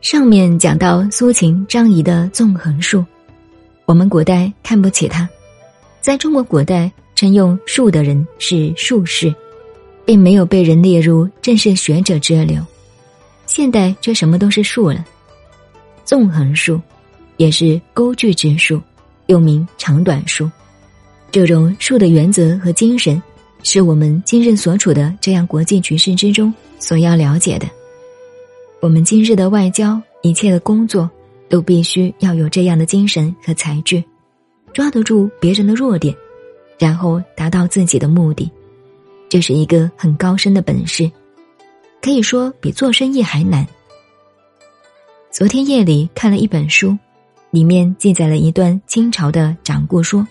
上面讲到苏秦、张仪的纵横术，我们古代看不起他。在中国古代，称用术的人是术士，并没有被人列入正式学者之流。现代却什么都是术了。纵横术也是钩距之术，又名长短术。这种术的原则和精神，是我们今日所处的这样国际局势之中所要了解的。我们今日的外交，一切的工作，都必须要有这样的精神和才具，抓得住别人的弱点，然后达到自己的目的。这是一个很高深的本事，可以说比做生意还难。昨天夜里看了一本书，里面记载了一段清朝的掌故说。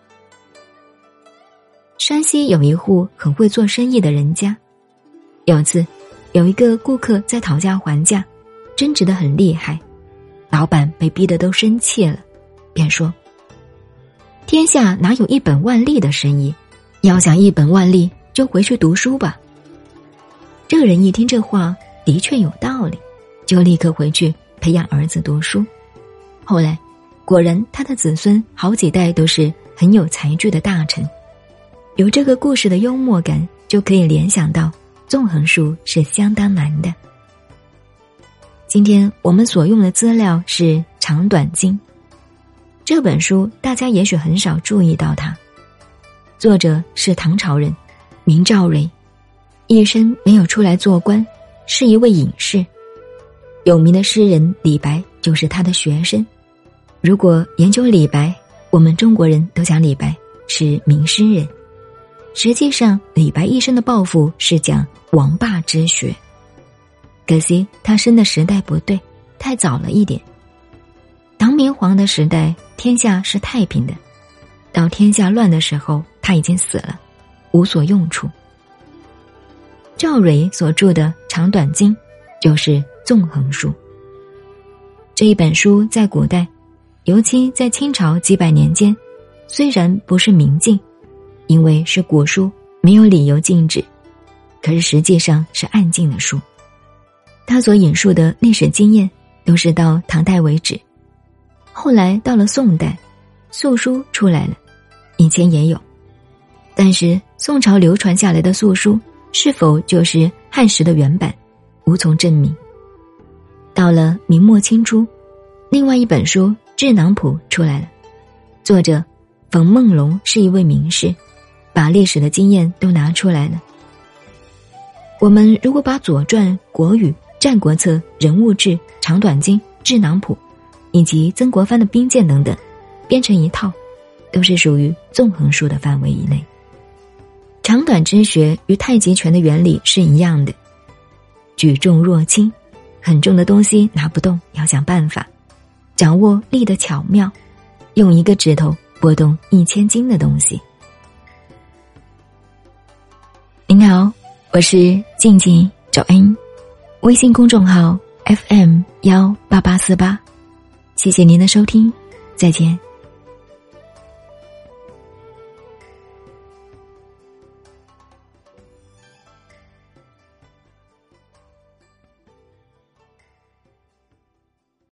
山西有一户很会做生意的人家，有次有一个顾客在讨价还价，争执得很厉害，老板被逼得都生气了，便说：天下哪有一本万利的生意，要想一本万利，就回去读书吧。这个人一听这话的确有道理，就立刻回去培养儿子读书。后来果然他的子孙好几代都是很有才具的大臣。有这个故事的幽默感，就可以联想到纵横术是相当难的。今天我们所用的资料是《长短经》，这本书大家也许很少注意到它。作者是唐朝人，名赵蕊，一生没有出来做官，是一位隐士。有名的诗人李白就是他的学生。如果研究李白，我们中国人都讲李白是名诗人。实际上李白一生的抱负是讲王霸之学，可惜他生的时代不对，太早了一点。唐明皇的时代天下是太平的，到天下乱的时候他已经死了，无所用处。赵蕊所著的《长短经》就是纵横术。这一本书在古代，尤其在清朝几百年间，虽然不是明禁，因为是古书，没有理由禁止，可是实际上是暗禁的书。他所引述的历史经验都是到唐代为止，后来到了宋代，素书出来了，以前也有，但是宋朝流传下来的素书是否就是汉时的原版，无从证明。到了明末清初，另外一本书《智囊谱》出来了，作者冯梦龙是一位名士，把历史的经验都拿出来了。我们如果把《左传》、国语、战国策、人物志、长短经、智囊谱以及曾国藩的兵谏等等编成一套，都是属于纵横术的范围以内。长短之学与太极拳的原理是一样的，举重若轻，很重的东西拿不动，要想办法掌握力的巧妙，用一个指头拨动1000斤的东西。您好，我是静静找恩，微信公众号 FM18848，谢谢您的收听，再见。